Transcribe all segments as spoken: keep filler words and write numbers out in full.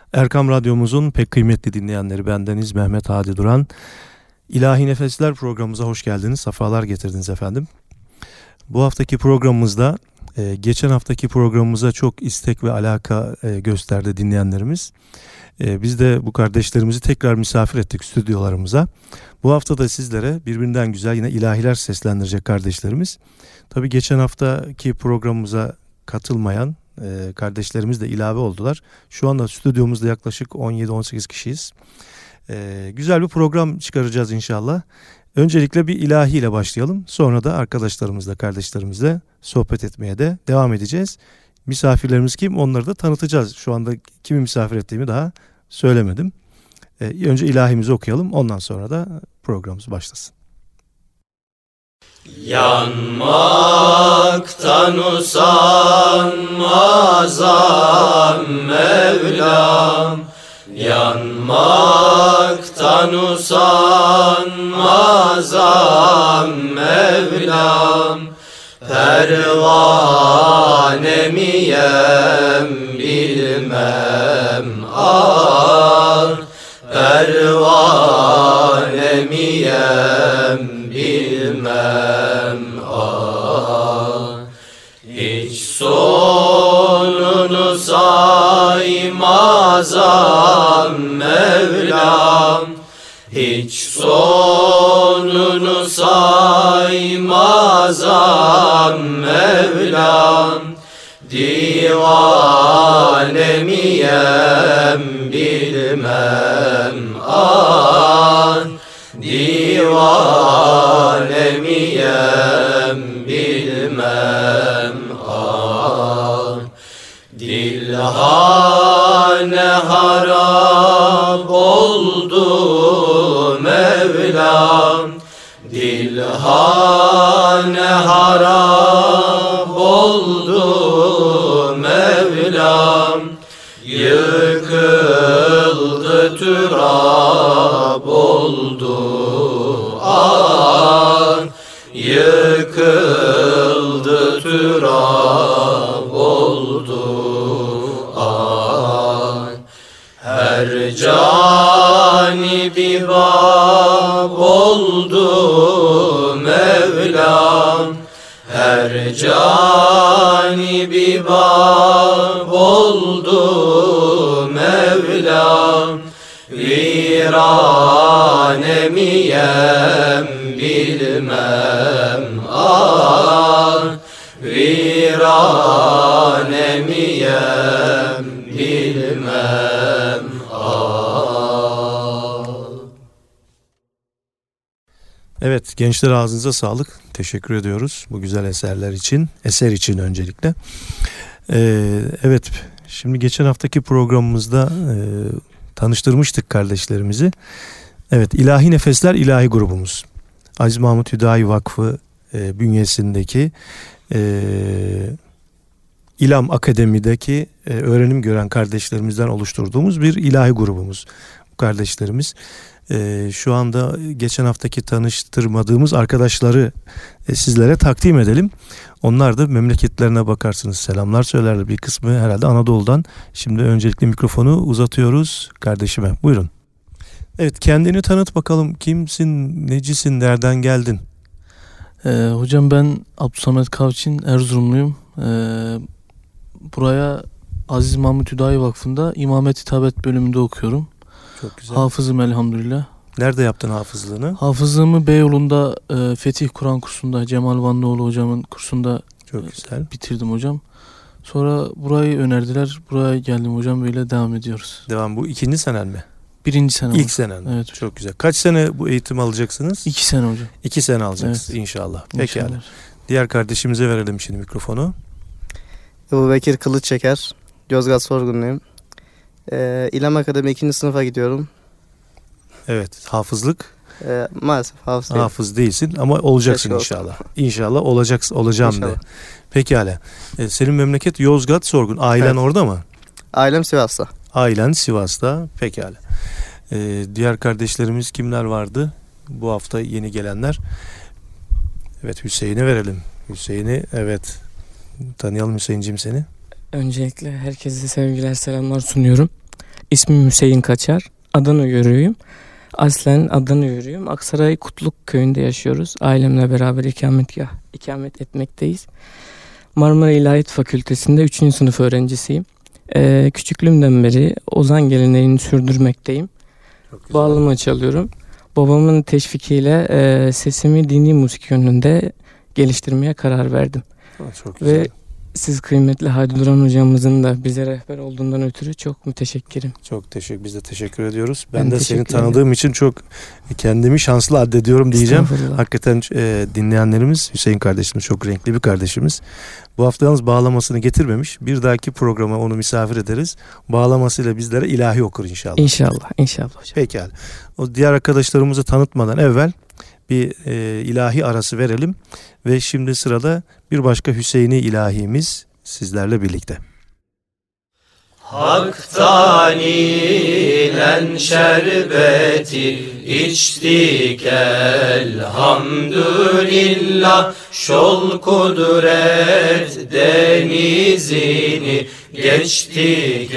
Erkam Radyomuzun pek kıymetli dinleyenleri, bendeniz Mehmet Hadi Duran. İlahi Nefesler programımıza hoş geldiniz, sefalar getirdiniz efendim. Bu haftaki programımızda e, geçen haftaki programımıza çok istek ve alaka e, gösterdi dinleyenlerimiz. E, biz de bu kardeşlerimizi tekrar misafir ettik stüdyolarımıza. Bu hafta da sizlere birbirinden güzel yine ilahiler seslendirecek kardeşlerimiz. Tabii geçen haftaki programımıza katılmayan e, kardeşlerimiz de ilave oldular. Şu anda stüdyomuzda yaklaşık on yedi on sekiz kişiyiz. E, güzel bir program çıkaracağız inşallah. Öncelikle bir ilahiyle başlayalım. Sonra da arkadaşlarımızla, kardeşlerimizle sohbet etmeye de devam edeceğiz. Misafirlerimiz kim? Onları da tanıtacağız. Şu anda kimi misafir ettiğimi daha söylemedim. E, önce ilahimizi okuyalım. Ondan sonra da programımız başlasın. Yanmaktan usanmazam Mevlam, yanmaktan usanmazam Mevlam, pervane miyem bilmem ah, pervane miyem bilmem ah. Hiç sonunu saymazam Mevlam, hiç sonunu saymazam Mevlam, divane miyem bilmem ah, divane miyem bilmem ah. Dilhane harap oldu Mevlam, dilhane harap oldu Mevlam, yıkıldı türab oldu ah, yıkıldı türab oldu ah. Her canibi bab oldu Mevlam, her canibi bab oldu Mevlam, virane miyem bilmem ah, virane miyem bilmem ah. Evet, gençler ağzınıza sağlık. Teşekkür ediyoruz bu güzel eserler için, eser için öncelikle. Ee, evet, şimdi geçen haftaki programımızda e, tanıştırmıştık kardeşlerimizi. Evet, İlahi Nefesler ilahi grubumuz. Aziz Mahmut Hüdayi Vakfı e, bünyesindeki e, İlam Akademi'deki e, öğrenim gören kardeşlerimizden oluşturduğumuz bir ilahi grubumuz. Bu kardeşlerimiz e, şu anda geçen haftaki tanıştırmadığımız arkadaşları e, sizlere takdim edelim. Onlar da memleketlerine bakarsınız, selamlar söylerler. Bir kısmı herhalde Anadolu'dan. Şimdi öncelikle mikrofonu uzatıyoruz kardeşime. Buyurun. Evet, kendini tanıt bakalım. Kimsin, necisin, nereden geldin? Ee, hocam ben Abdülsamet Kavçin, Erzurumluyum. Ee, buraya Aziz Mahmut Hüdayi Vakfı'nda İmamet Hitabet bölümünde okuyorum. Çok güzel. Hafızım elhamdülillah. Nerede yaptın hafızlığını? Hafızlığımı Beyoğlu'nda e, Fetih Kur'an kursunda, Cemal Vanlıoğlu hocamın kursunda Çok güzel. e, bitirdim hocam. Sonra burayı önerdiler. Buraya geldim hocam, böyle devam ediyoruz. Devam, bu ikinci senen mi? Birinci sene. İlk senen. Evet. Çok güzel. Kaç sene bu eğitim alacaksınız? İki sene hocam. İki sene alacaksınız, Evet. inşallah. Pekala. İnşallah. Diğer kardeşimize verelim şimdi mikrofonu. Ebu Bekir Kılıççeker, Yozgat Sorgunluyum. Ee, İlam Akademi ikinci sınıfa gidiyorum. Evet, hafızlık. Ee, maalesef hafız değilim. Hafız değilsin ama olacaksın Keşke inşallah. İnşallah olacaksın, olacağım İnşallah. de. Pekala. Ee, senin memleket Yozgat Sorgun. Ailen Evet. orada mı? Ailem Sivas'ta. Ailen Sivas'ta. Pekala. Ee, diğer kardeşlerimiz kimler vardı? Bu hafta yeni gelenler. Evet, Hüseyin'e verelim. Hüseyin'i, evet. Tanıyalım Hüseyin'cim seni. Öncelikle herkese sevgiler, selamlar sunuyorum. İsmim Hüseyin Kaçar. Adana yörüğüyüm. Aslen Adana yörüğüyüm. Aksaray Kutluk Köyü'nde yaşıyoruz. Ailemle beraber ikametgah, ikamet etmekteyiz. Marmara İlahiyat Fakültesi'nde üçüncü sınıf öğrencisiyim. Ee, küçüklüğümden beri ozan geleneğini sürdürmekteyim. Bağlama çalıyorum. Babamın teşvikiyle e, sesimi dini müzik yönünde geliştirmeye karar verdim. Çok güzel. Ve siz kıymetli Hadi Duran hocamızın da bize rehber olduğundan ötürü çok müteşekkirim. Çok teşekkür, biz de teşekkür ediyoruz. Ben, Ben de seni teşekkür tanıdığım ederim. için çok kendimi şanslı addediyorum diyeceğim. Estağfurullah. Hakikaten e, dinleyenlerimiz, Hüseyin kardeşimiz çok renkli bir kardeşimiz. Bu hafta yalnız bağlamasını getirmemiş. Bir dahaki programa onu misafir ederiz. Bağlamasıyla bizlere ilahi okur inşallah. İnşallah, inşallah hocam. Pekala. O diğer arkadaşlarımızı tanıtmadan evvel bir e, ilahi arası verelim. Ve şimdi sırada bir başka Hüseyin'i ilahimiz sizlerle birlikte. Hak'tan inen şerbeti içtik elhamdülillah. Şol kudret denizini geçtik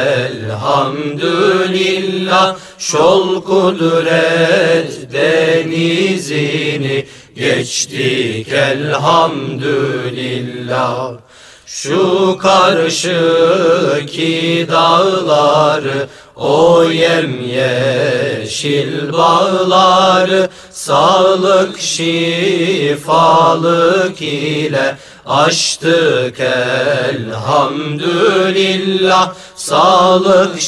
elhamdülillah. Şol kudret denizini geçtik elhamdülillah. Şu karşıki dağları, o yemyeşil bağları, sağlık şifalık ile açtık elhamdülillah. Sağlık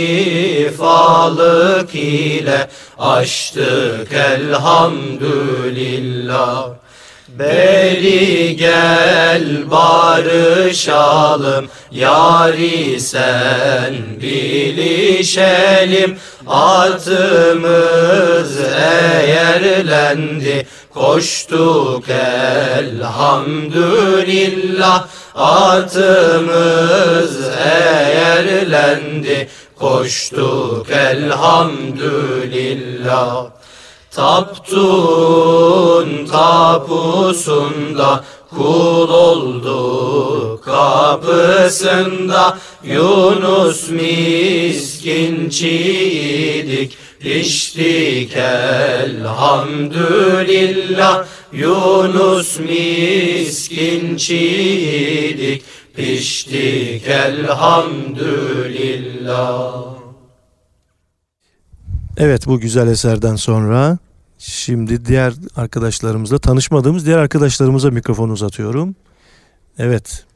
şifalık ile açtık elhamdülillah. Beri gel barışalım, yari sen bilişelim. Atımız eğerlendi, koştuk elhamdülillah. Atımız eğerlendi, koştuk elhamdülillah. Taptun tapusunda, kul oldu kapısında. Yunus miskinçiydik, piştik elhamdülillah. Yunus miskinçiydik, piştik elhamdülillah. Evet, bu güzel eserden sonra şimdi diğer arkadaşlarımızla, tanışmadığımız diğer arkadaşlarımıza mikrofonu uzatıyorum. Evet.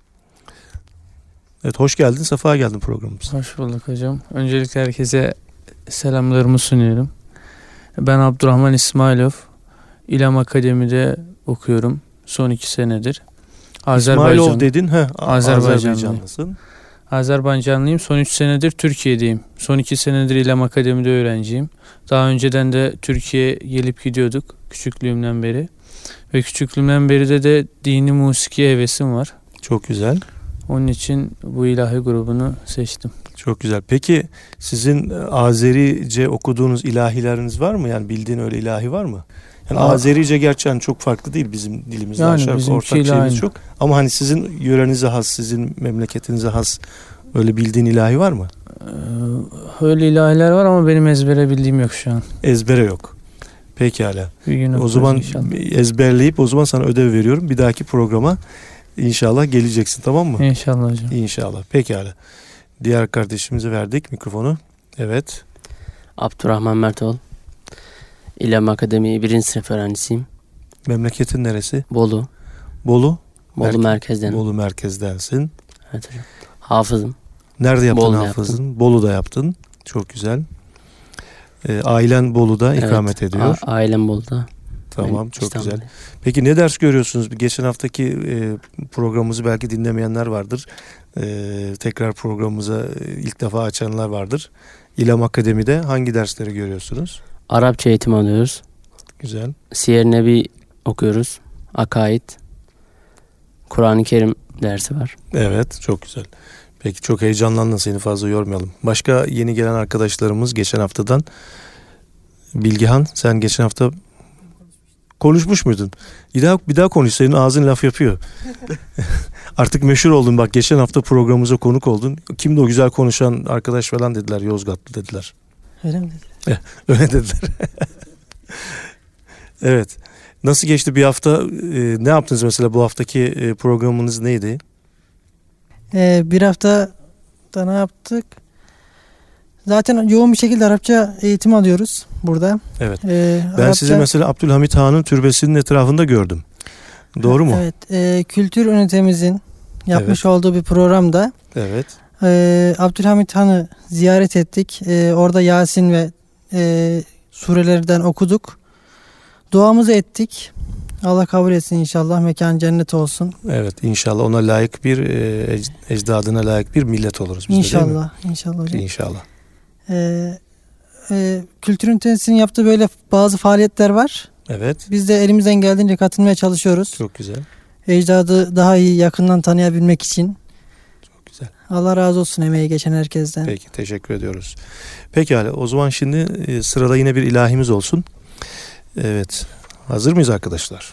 Evet, hoş geldin, sefa geldin programımıza. Hoş bulduk hocam. Öncelikle herkese selamlarımı sunuyorum. Ben Abdurrahman İsmailov. İlam Akademi'de okuyorum. Son iki senedir. İsmailov Azerbaycan. dedin. Heh, Azerbaycanlıyım. Azerbaycanlısın. Azerbaycanlıyım. Son üç senedir Türkiye'deyim. Son iki senedir İlam Akademi'de öğrenciyim. Daha önceden de Türkiye'ye gelip gidiyorduk küçüklüğümden beri. Ve küçüklüğümden beri de, de dini musiki hevesim var. Çok güzel. Onun için bu ilahi grubunu seçtim. Çok güzel. Peki sizin Azerice okuduğunuz ilahileriniz var mı? Yani bildiğin öyle ilahi var mı? Yani Aa. Azerice gerçekten çok farklı değil bizim dilimizle, Yani aşağı yukarı ortak bizimkiyle şeyimiz aynı. çok. Ama hani sizin yörenize has, sizin memleketinize has öyle bildiğin ilahi var mı? Ee, öyle ilahiler var ama benim ezbere bildiğim yok şu an. Ezbere yok. Pekala. Bir gün O okuruz zaman inşallah. ezberleyip o zaman sana ödev veriyorum. Bir dahaki programa inşallah geleceksin, tamam mı? İnşallah hocam. İnşallah. Pekala. Diğer kardeşimize verdik mikrofonu. Evet. Abdurrahman Mertoğlu. İlam Akademi birinci sınıf öğrencisiyim. Memleketin neresi? Bolu. Bolu. Bolu Merke- merkezden. Bolu merkezdensin. Evet hocam. Hafızım. Nerede yaptın Bolu'da hafızın? Bolu'da yaptın. Çok güzel. Ee, ailen Bolu'da ikamet Evet, ediyor. a- ailem Bolu'da. Tamam, Ben çok İstanbul'da. güzel. Peki ne ders görüyorsunuz? Geçen haftaki e, programımızı belki dinlemeyenler vardır. E, tekrar programımıza e, ilk defa açanlar vardır. İlam Akademi'de hangi dersleri görüyorsunuz? Arapça eğitim alıyoruz. Güzel. Siyer Nebi okuyoruz. Akaid. Kur'an-ı Kerim dersi var. Evet, çok güzel. Peki, çok heyecanlandın, seni fazla yormayalım. Başka yeni gelen arkadaşlarımız geçen haftadan. Bilgihan, sen geçen hafta konuşmuş muydun? Bir daha, bir daha konuş, senin ağzın laf yapıyor. Artık meşhur oldun bak, geçen hafta programımıza konuk oldun. Kimdi o güzel konuşan arkadaş falan dediler, Yozgatlı dediler. Öyle mi dediler? Öyle dediler. Evet. Nasıl geçti bir hafta? Ee, ne yaptınız mesela, bu haftaki e, programınız neydi? Ee, bir hafta da ne yaptık? Zaten yoğun bir şekilde Arapça eğitim alıyoruz burada. Evet. Ee, ben Arapça, sizi mesela Abdülhamit Han'ın türbesinin etrafında gördüm. Doğru mu? Evet. E, kültür ünitemizin yapmış Evet. olduğu bir programda Evet. e, Abdülhamit Han'ı ziyaret ettik. E, orada Yasin ve e, surelerden okuduk. Duamızı ettik. Allah kabul etsin inşallah. Mekan cennet olsun. Evet, inşallah ona layık bir e, ecdadına layık bir millet oluruz biz de, İnşallah. değil mi? İnşallah hocam. İnşallah. E, e, kültür ünitesinin yaptığı böyle bazı faaliyetler var. Evet. Biz de elimizden geldiğince katılmaya çalışıyoruz. Çok güzel. Ecdadı daha iyi yakından tanıyabilmek için. Çok güzel. Allah razı olsun emeği geçen herkesten. Peki, teşekkür ediyoruz. Pekala, o zaman şimdi e, sırada yine bir ilahimiz olsun. Evet. Hazır mıyız arkadaşlar?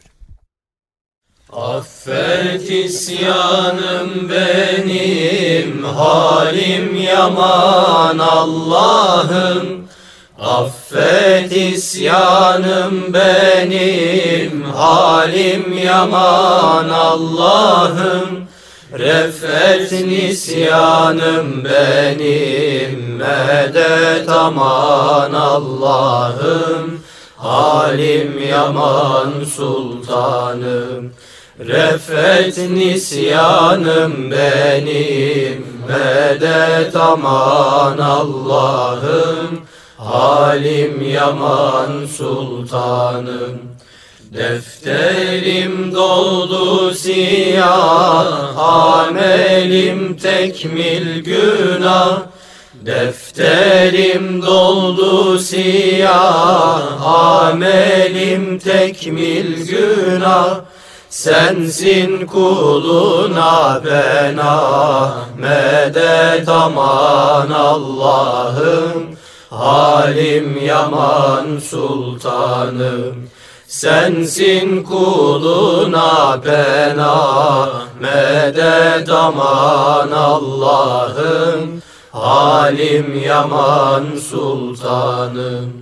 Affet isyanım benim, halim yaman Allah'ım. Affet isyanım benim, halim yaman Allah'ım. Refet nisyanım benim, medet aman Allah'ım. Halim yaman sultanım. Refet nisyanım benim, medet aman Allah'ım. Halim yaman sultanım. Defterim doldu siyah, amelim tekmil günah. Defterim doldu siyah, amelim tekmil günah. Sensin kuluna pena, medet aman Allah'ım. Halim yaman sultanım. Sensin kuluna pena, medet aman Allah'ım. Halim yaman sultanım.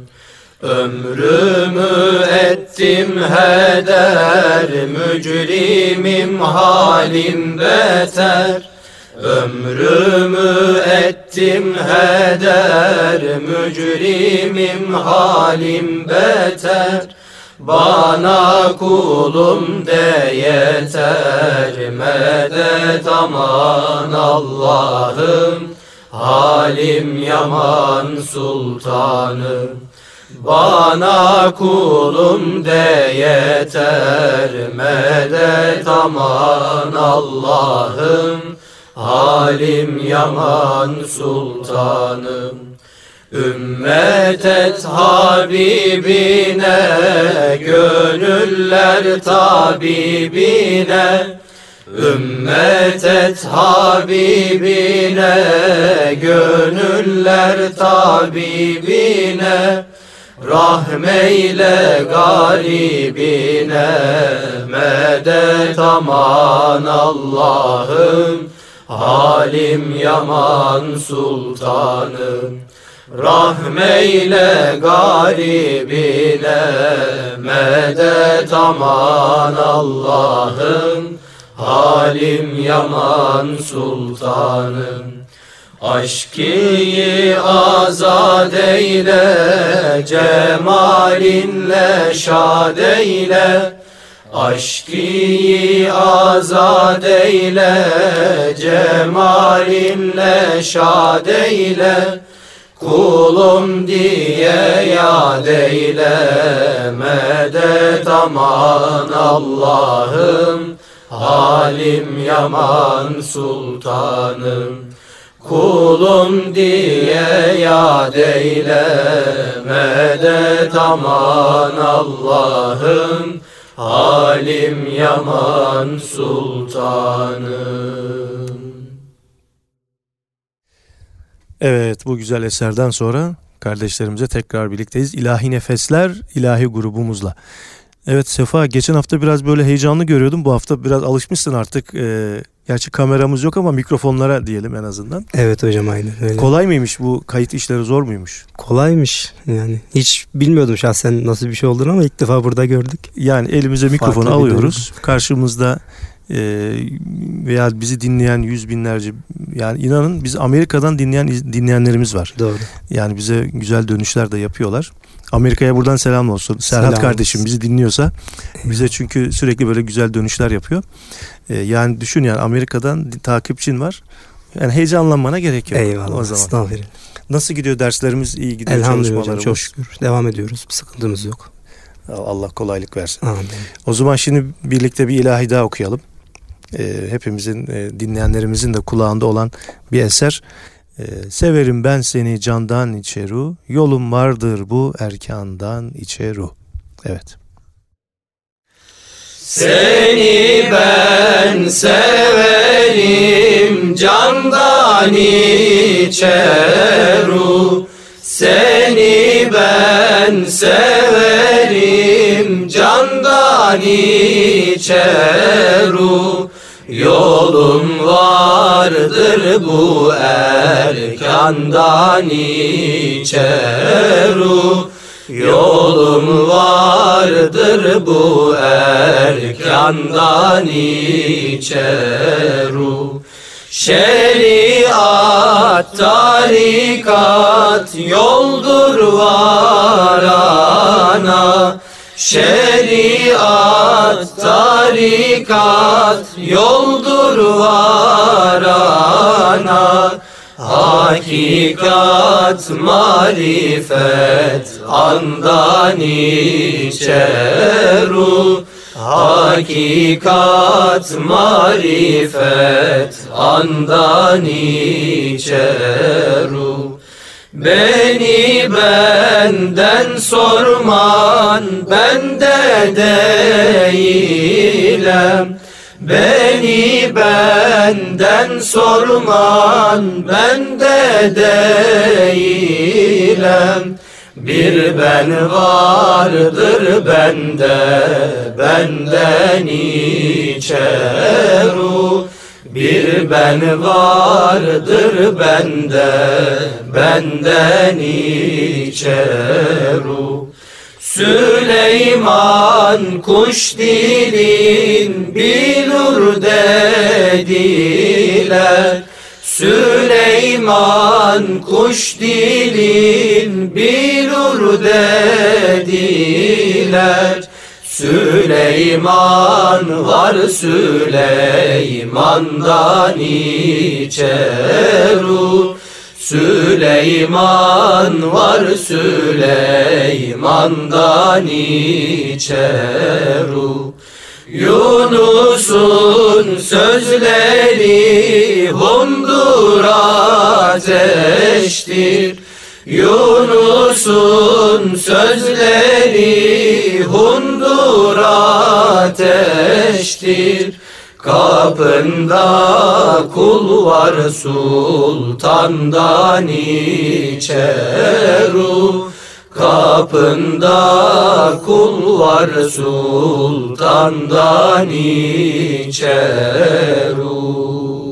Ömrümü ettim heder, mücrimim halim beter. Ömrümü ettim heder, mücrimim halim beter. Bana kulum de yeter, medet aman Allah'ım. Halim yaman sultanım. Bana kulum de yeter, medet aman Allah'ım. Halim yaman sultanım. Ümmet et Habibine, gönüller tabibine. Ümmet et Habibine, gönüller tabibine. Rahmeyle garibine, medet aman Allah'ım. Halim yaman sultanım. Rahmeyle garibine, medet aman Allah'ım. Halim yaman sultanım. Aşkı azad eyle, cemalinle şad eyle. Aşkı azad eyle, cemalinle şad eyle. Kulum diye yad eyle, medet aman Allah'ım. Halim yaman sultanım. Kulum diye yad eyle, medet aman Allah'ım. Halim yaman sultanım. Evet, bu güzel eserden sonra kardeşlerimize tekrar birlikteyiz. İlahi Nefesler ilahi grubumuzla. Evet Sefa, geçen hafta biraz böyle heyecanlı görüyordum. Bu hafta biraz alışmışsın artık. Ee, gerçi kameramız yok ama mikrofonlara diyelim en azından. Evet hocam, aynen öyle. Kolay mıymış bu kayıt işleri, zor muymuş? Kolaymış yani. Hiç bilmiyordum şahsen nasıl bir şey olduğunu ama ilk defa burada gördük. Yani elimize mikrofonu Farklı bir alıyoruz. Karşımızda e, veya bizi dinleyen yüz binlerce, yani inanın biz Amerika'dan dinleyen dinleyenlerimiz var. Doğru. Yani bize güzel dönüşler de yapıyorlar. Amerika'ya buradan selam olsun. Serhat Selam kardeşim olsun. bizi dinliyorsa bize, çünkü sürekli böyle güzel dönüşler yapıyor. Ee, yani düşün, yani Amerika'dan takipçin var. Yani heyecanlanmana gerek yok. Eyvallah. O zaman. Estağfurullah. Nasıl gidiyor derslerimiz? İyi gidiyor, Elhamdülillah hocam, çalışmalarımız. çok şükür. Devam ediyoruz. Bir sıkıntımız yok. Allah kolaylık versin. Amin. O zaman şimdi birlikte bir ilahi daha okuyalım. Ee, hepimizin, e, dinleyenlerimizin de kulağında olan bir eser. Ee, severim ben seni candan içeru, yolum vardır bu erkandan içeru. Evet. Seni ben severim candan içeru, seni ben severim candan içeru, yolum vardır bu erkandan içeru, yolum vardır bu erkandan içeru. Şeriat, tarikat yoldur varana, şeriat, tarikat yoldur varana, hakikat, marifet andan içeru, hakikat, marifet andan içeru. Beni benden sorman, bende değilim. Beni benden sorman, bende değilim. Bir ben vardır bende, benden içeru. Bir ben vardır bende, benden içeru. Süleyman kuş dilin bilur dediler. Süleyman kuş dilin bilur dediler. Süleyman var Süleyman'dan içeru. Süleyman var Süleyman'dan içeru. Yunus'un sözleri hundur ateştir. Yunus'un sözleri hundur ateştir. Kapında kul var sultandan içeru. Kapında kul var sultandan içeru.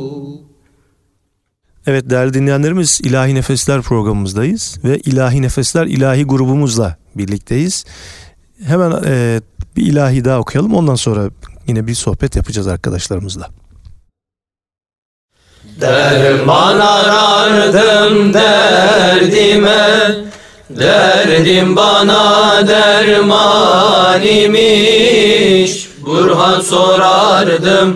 Evet değerli dinleyenlerimiz, İlahi Nefesler programımızdayız ve İlahi Nefesler ilahi grubumuzla birlikteyiz. Hemen e, bir ilahi daha okuyalım, ondan sonra yine bir sohbet yapacağız arkadaşlarımızla. Derman arardım derdime, derdim bana derman imiş. Burhan sorardım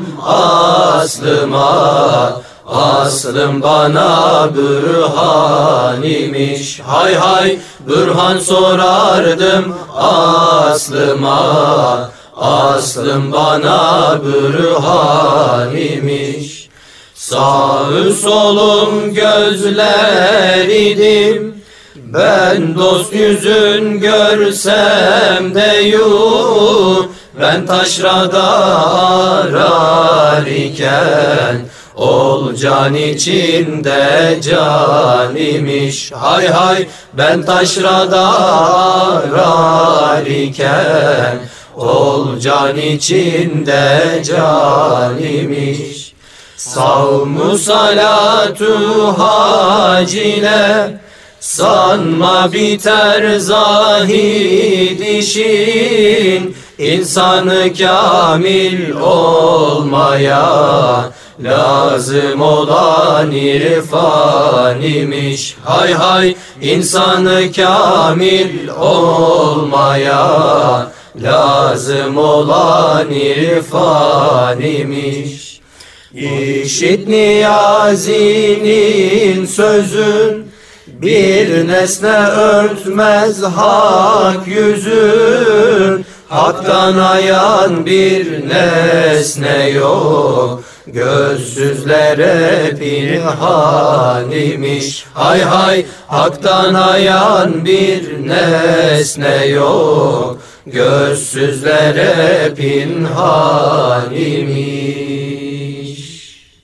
aslıma, aslım bana bürhan imiş. Hay hay bürhan sorardım aslıma, aslım bana bürhan imiş. Sağ solum gözler idim, ben dost yüzün görsem de yuh. Ben taşrada arar iken, ol can içinde can imiş. Hay hay ben taşrada arar iken, ol can içinde can imiş. Savmu salatu hac ile sanma biter zahid işin. İnsanı kamil olmaya lazım olan irfan imiş. Hay hay, insanı kamil olmaya lazım olan irfan imiş. İşit Niyazi'nin sözün, bir nesne örtmez hak yüzün. Hak'tan ayan bir nesne yok, gözsüzlere pinhan imiş. Hay hay, Hak'tan ayan bir nesne yok, gözsüzlere pinhan imiş.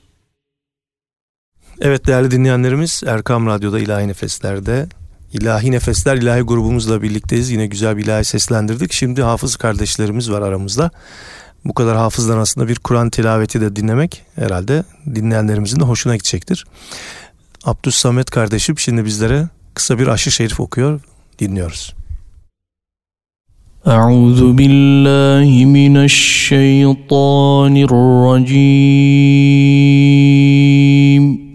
Evet değerli dinleyenlerimiz, Erkam Radyo'da İlahi Nefesler'de İlahi Nefesler ilahi grubumuzla birlikteyiz. Yine güzel bir ilahi seslendirdik. Şimdi hafız kardeşlerimiz var aramızda. Bu kadar hafızdan aslında bir Kur'an tilaveti de dinlemek herhalde dinleyenlerimizin de hoşuna gidecektir. Abdüssamet kardeşim şimdi bizlere kısa bir aşı şerif okuyor. Dinliyoruz. Euzu billahi mineşşeytanirracim.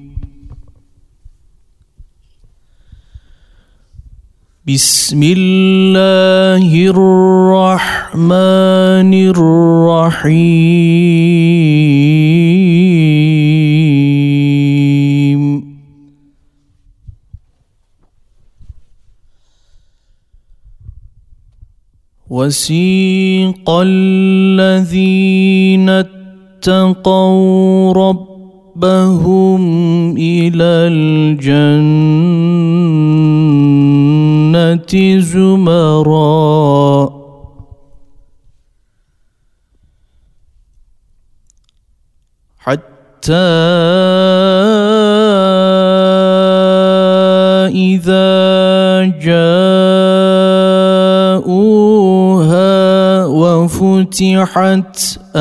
Bismillahirrahmanirrahim. وَسِيقَ الَّذِينَ اتَّقَوْا رَبَّهُمْ إِلَى الْجَنَّةِ زُمَرًا حَتَّى إِذَا جَاءُوهَا وَفُتِحَتْ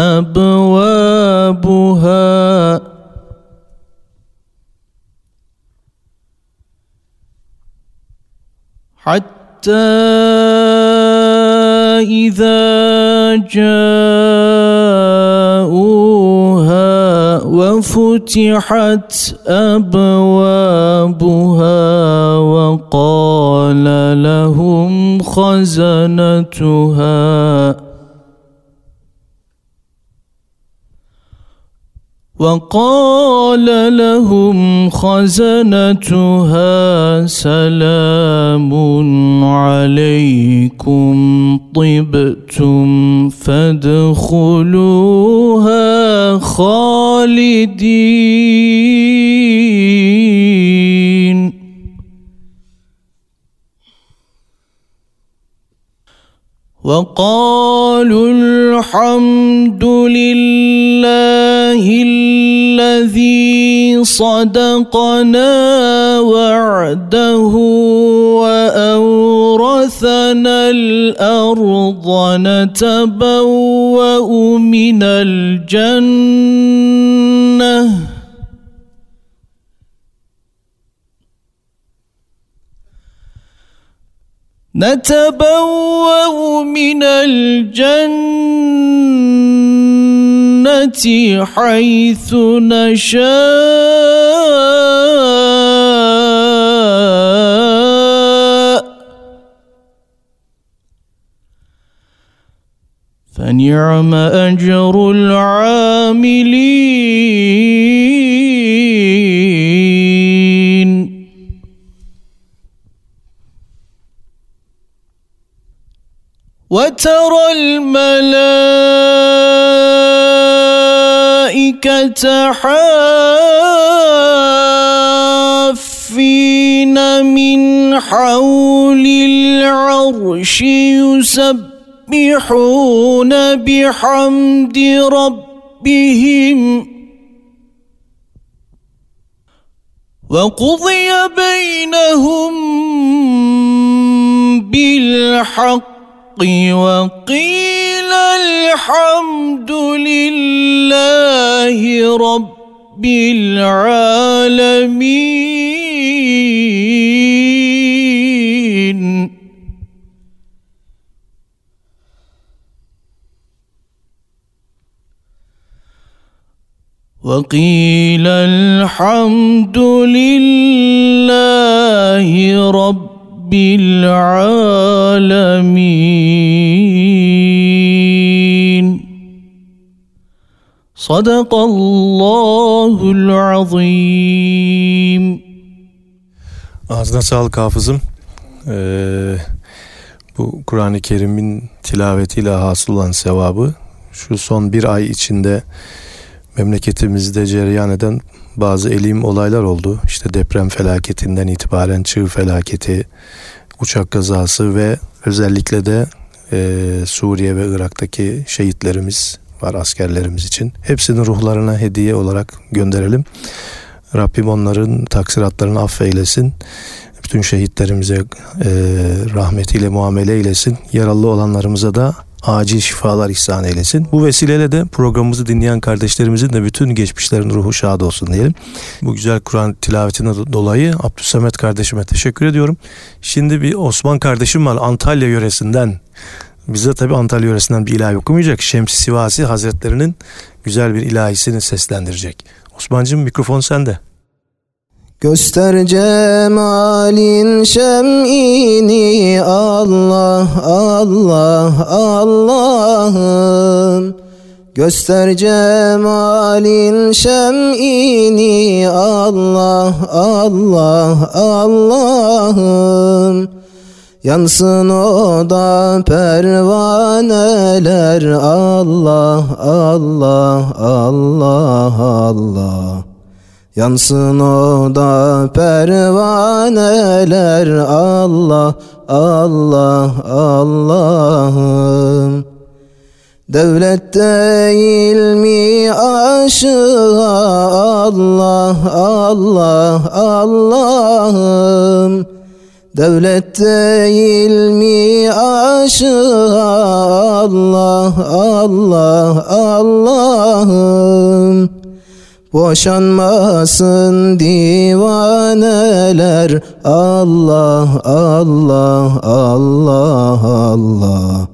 أَبْوَابُهَا حتى إذا جاءوها وفتحت أبوابها وقال لهم خزنتها وقال لهم خزنتها سلام عليكم طبتم فادخلوها خالدين وقالوا الحمد لله الذي صدقنا وعده وأورثنا الأرض نتبوأ من الجنة نتبوأ من الجنة حيث نشاء فنعم أجر العاملين وترى الملائكة حافين من حول العرش يسبحون بحمد ربهم وقضي بينهم بالحق وقيل الحمد لله رب العالمين. وقيل الحمد لله رب العالمين. صدق الله العظيم. Ağzına sağlık hafızım. Ee, bu Kur'an-ı Kerim'in tilavetiyle hasıl olan sevabı şu son bir ay içinde memleketimizde cereyan eden bazı elim olaylar oldu. İşte deprem felaketinden itibaren çığ felaketi, uçak kazası ve özellikle de e, Suriye ve Irak'taki şehitlerimiz var, askerlerimiz için. Hepsinin ruhlarına hediye olarak gönderelim. Rabbim onların taksiratlarını affeylesin. Bütün şehitlerimize e, rahmetiyle muamele eylesin. Yaralı olanlarımıza da acil şifalar ihsan eylesin. Bu vesileyle de programımızı dinleyen kardeşlerimizin de bütün geçmişlerin ruhu şad olsun diyelim. Bu güzel Kur'an tilavetinden dolayı Abdülsamet kardeşime teşekkür ediyorum. Şimdi bir Osman kardeşim var Antalya yöresinden. Bize tabi Antalya yöresinden bir ilahi okumayacak. Şems-i Sivasi Hazretlerinin güzel bir ilahisini seslendirecek. Osman'cığım mikrofon sende. Göster cemalin şem'ini Allah Allah Allah'ım. Göster cemalin şem'ini Allah Allah Allah'ım. Yansın o da pervaneler Allah Allah Allah Allah. Yansın o da pervaneler Allah Allah Allah'ım. Devlet değil mi aşığa Allah Allah Allah'ım. Devlet değil mi aşığa Allah Allah Allah'ım. Boşanmasın divaneler Allah Allah Allah Allah.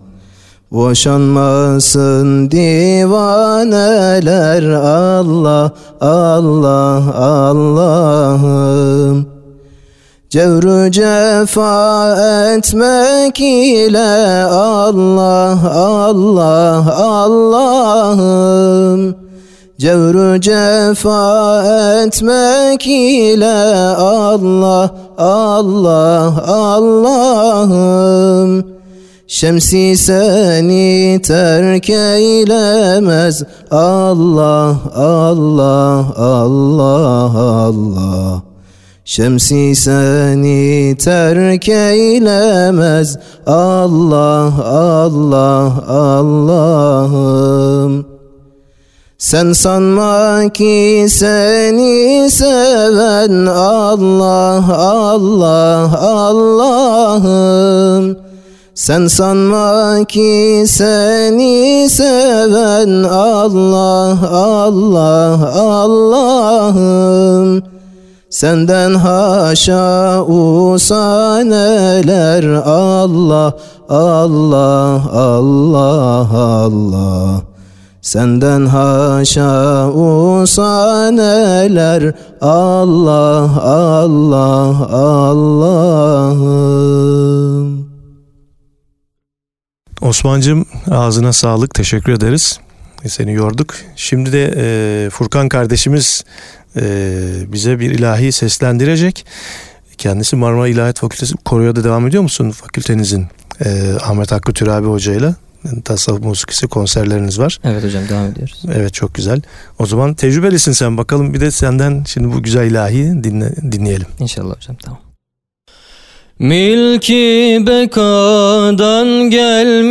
Boşanmasın divaneler Allah Allah Allah'ım. Cevru cefa etmek ile Allah Allah Allah'ım. Cevru cefa etmek ile Allah Allah Allah'ım. Şemsi seni terk eylemez Allah Allah Allah Allah. Şemsi seni terk eylemez Allah Allah Allah'ım. Sen sanma ki seni seven Allah Allah Allah'ım. Sen sanma ki seni seven Allah Allah Allah'ım. Senden haşa usaneler Allah Allah Allah Allah. Senden haşa usaneler Allah Allah Allah'ım. Osman'cığım ağzına sağlık, teşekkür ederiz. Seni yorduk. Şimdi de e, Furkan kardeşimiz e, bize bir ilahi seslendirecek. Kendisi Marmara İlahiyat Fakültesi. Koro'da devam ediyor musun fakültenizin? E, Ahmet Hakkı Türabi Hoca ile tasavvuf musikisi konserleriniz var. Evet hocam, devam ediyoruz. Evet, çok güzel. O zaman tecrübelisin sen. Bakalım bir de senden şimdi bu güzel ilahi dinle, dinleyelim. İnşallah hocam, tamam. Milki bekadan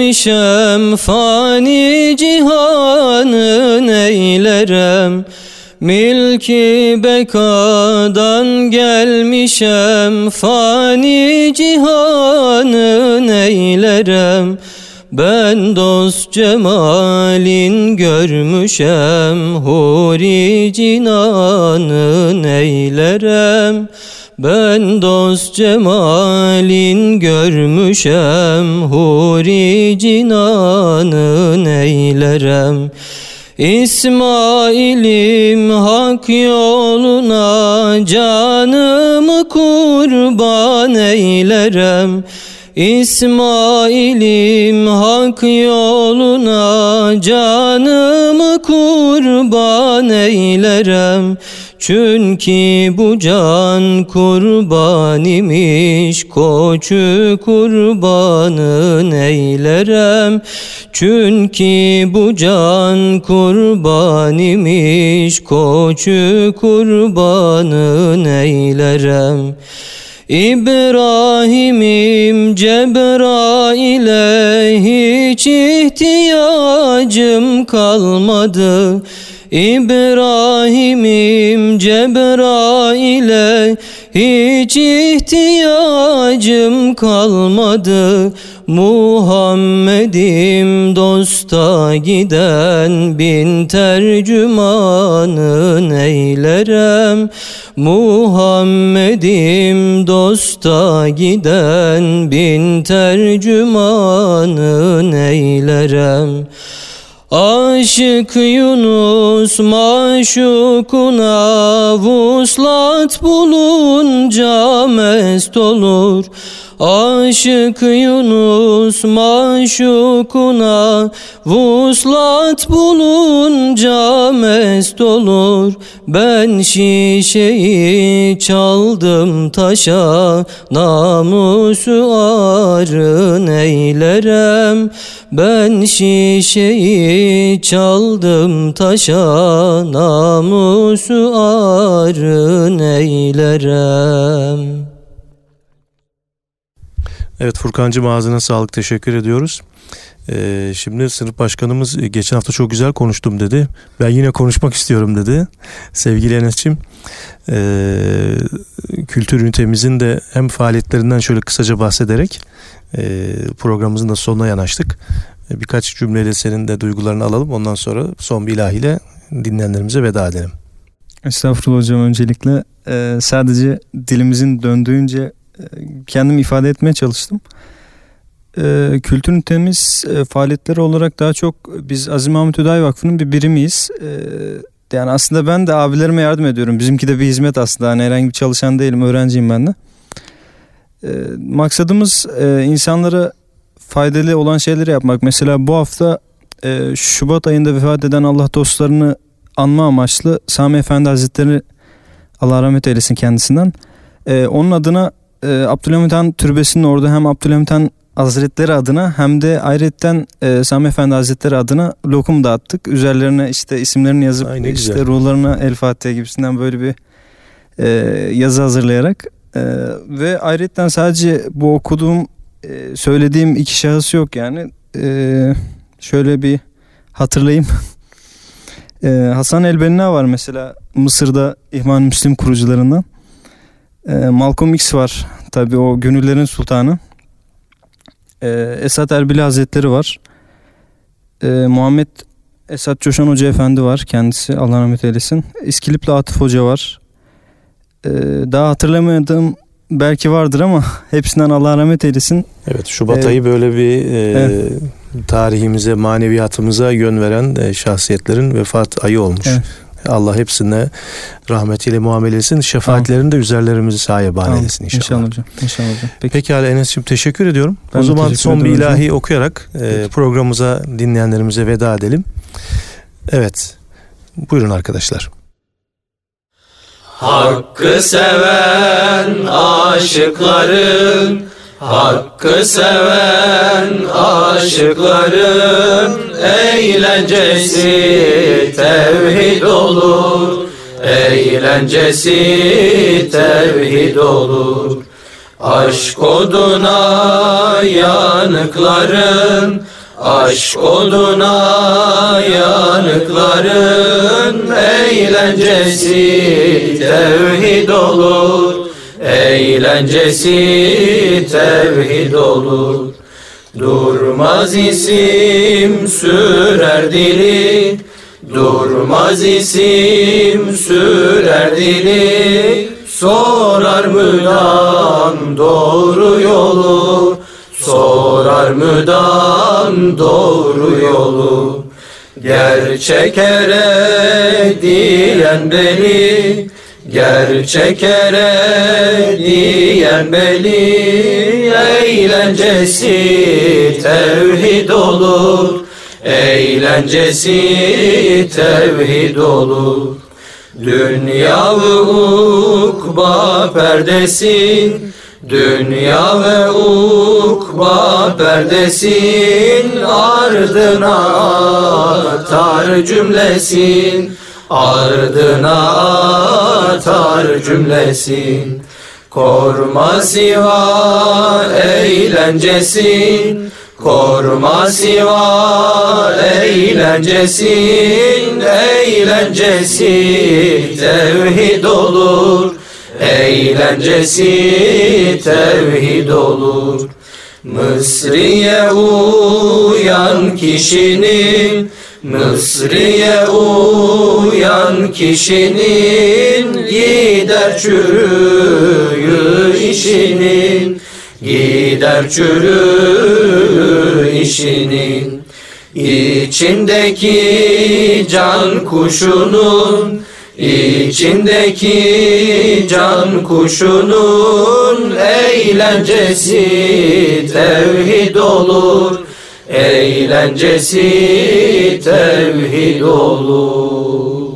gelmişem, fani cihanın eylerem. milki bekadan gelmişem, fani cihanı neylerem. Ben dost cemalin görmüşem, huri cinanı neylerem. Ben dost cemalin görmüşem, huri cinanı neylerem. İsmail'im hak yoluna canımı kurban eylerem. İsmail'im hak yoluna canımı kurban eylerem. Çünkü bu can kurban imiş, koçu kurbanı neylerem. Çünkü bu can kurban imiş, koçu kurbanı neylerem. İbrahim'im Cebrail'e hiç ihtiyacım kalmadı. İbrahim'im Cebrail'e hiç ihtiyacım kalmadı. Muhammed'im dosta giden bin tercümanı neylerem. Muhammed'im dosta giden bin tercümanı neylerem. Aşık Yunus maşukuna vuslat bulunca mest olur. Aşık Yunus maşukuna vuslat bulunca mest olur. Ben şişeyi çaldım taşa, namusu arın eylerem. Ben şişeyi çaldım taşa, namusu arın eylerem. Evet Furkancığım, ağzına sağlık, teşekkür ediyoruz. Ee, şimdi sınıf başkanımız geçen hafta çok güzel konuştum dedi. Ben yine konuşmak istiyorum dedi. Sevgili Enes'ciğim, e, kültür ünitemizin de hem faaliyetlerinden şöyle kısaca bahsederek e, programımızın da sonuna yanaştık. E, birkaç cümleyle senin de duygularını alalım. Ondan sonra son bir ilahiyle dinleyenlerimize veda edelim. Estağfurullah hocam, öncelikle e, sadece dilimizin döndüğünce kendimi ifade etmeye çalıştım. Ee, kültür ünitemiz e, faaliyetleri olarak daha çok biz Aziz Mahmut Hüdayi Vakfı'nın bir birimiyiz. Ee, yani aslında ben de abilerime yardım ediyorum. Bizimki de bir hizmet aslında. Hani herhangi bir çalışan değilim, öğrenciyim ben de. Ee, maksadımız e, insanlara faydalı olan şeyleri yapmak. Mesela bu hafta e, Şubat ayında vefat eden Allah dostlarını anma amaçlı Sami Efendi Hazretleri, Allah rahmet eylesin kendisinden, e, onun adına e, Abdülhamit Han Türbesi'nin orada hem Abdülhamit Han Hazretleri adına hem de ayrıyetten e, Sami Efendi Hazretleri adına lokum dağıttık. Üzerlerine işte isimlerini yazıp Ay, işte güzel. ruhlarına El Fatiha gibisinden böyle bir e, yazı hazırlayarak e, ve ayrıyetten sadece bu okuduğum e, söylediğim iki şahıs yok yani. E, şöyle bir hatırlayayım. e, Hasan el-Benna var mesela, Mısır'da İhvan Müslim kurucularından. E, Malcolm X var tabii, o gönüllerin sultanı. Ee, Esat Erbil Hazretleri var. Ee, Muhammed Esat Coşan Hoca Efendi var. Kendisi Allah rahmet eylesin. İskilipli Atıf Hoca var. Ee, daha hatırlamadığım belki vardır ama hepsinden Allah rahmet eylesin. Evet, Şubat ee, ayı böyle bir e, evet. tarihimize, maneviyatımıza yön veren e, şahsiyetlerin vefat ayı olmuş. Evet. Allah hepsine rahmetiyle muamele etsin. Şefaatlerini tamam. de üzerlerimizi sahibi tamam. eylesin inşallah. İnşallah hocam. İnşallah hocam. Peki. Pekala Enes'ciğim, teşekkür ediyorum. Ben o zaman son bir ilahi hocam. okuyarak e, programımıza, dinleyenlerimize veda edelim. Evet. Buyurun arkadaşlar. Hakkı seven aşıkların, Hakkı seven aşıkların eğlencesi tevhid olur, eğlencesi tevhid olur. Aşk oduna yanıkların, Aşk oduna yanıkların eğlencesi tevhid olur. Eğlencesi tevhid olur. Durmaz isim sürer dili, durmaz isim sürer dili. Sorar müdam doğru yolu, sorar müdam doğru yolu. Gerçek ere diyen beni, gerçek ere diyen beni. Eğlencesi tevhid olur, eğlencesi tevhid olur. Dünya ve ukba perdesin, dünya ve ukba perdesin. Ardına atar cümlesin, ardına atar cümlesin. Korma siva eğlencesin, korma siva eğlencesin. Eğlencesi tevhid olur, eğlencesi tevhid olur. Mısri'ye uyan kişinin, Mısri'ye uyan kişinin gider çürüyü işinin, gider çürüyü işinin. İçindeki can kuşunun, İçindeki can kuşunun eğlencesi tevhid olur, eğlencesi tevhid olur.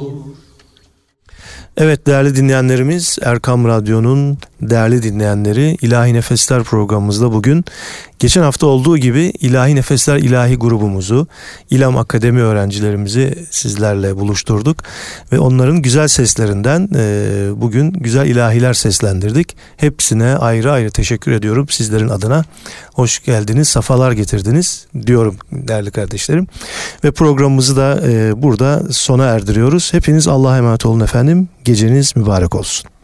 Evet değerli dinleyenlerimiz, Erkam Radyo'nun değerli dinleyenleri, İlahi Nefesler programımızda bugün geçen hafta olduğu gibi İlahi Nefesler İlahi grubumuzu, İlam Akademi öğrencilerimizi sizlerle buluşturduk ve onların güzel seslerinden e, bugün güzel ilahiler seslendirdik. Hepsine ayrı ayrı teşekkür ediyorum sizlerin adına. Hoş geldiniz, safalar getirdiniz diyorum değerli kardeşlerim. Ve programımızı da e, burada sona erdiriyoruz. Hepiniz Allah'a emanet olun efendim. Geceniz mübarek olsun.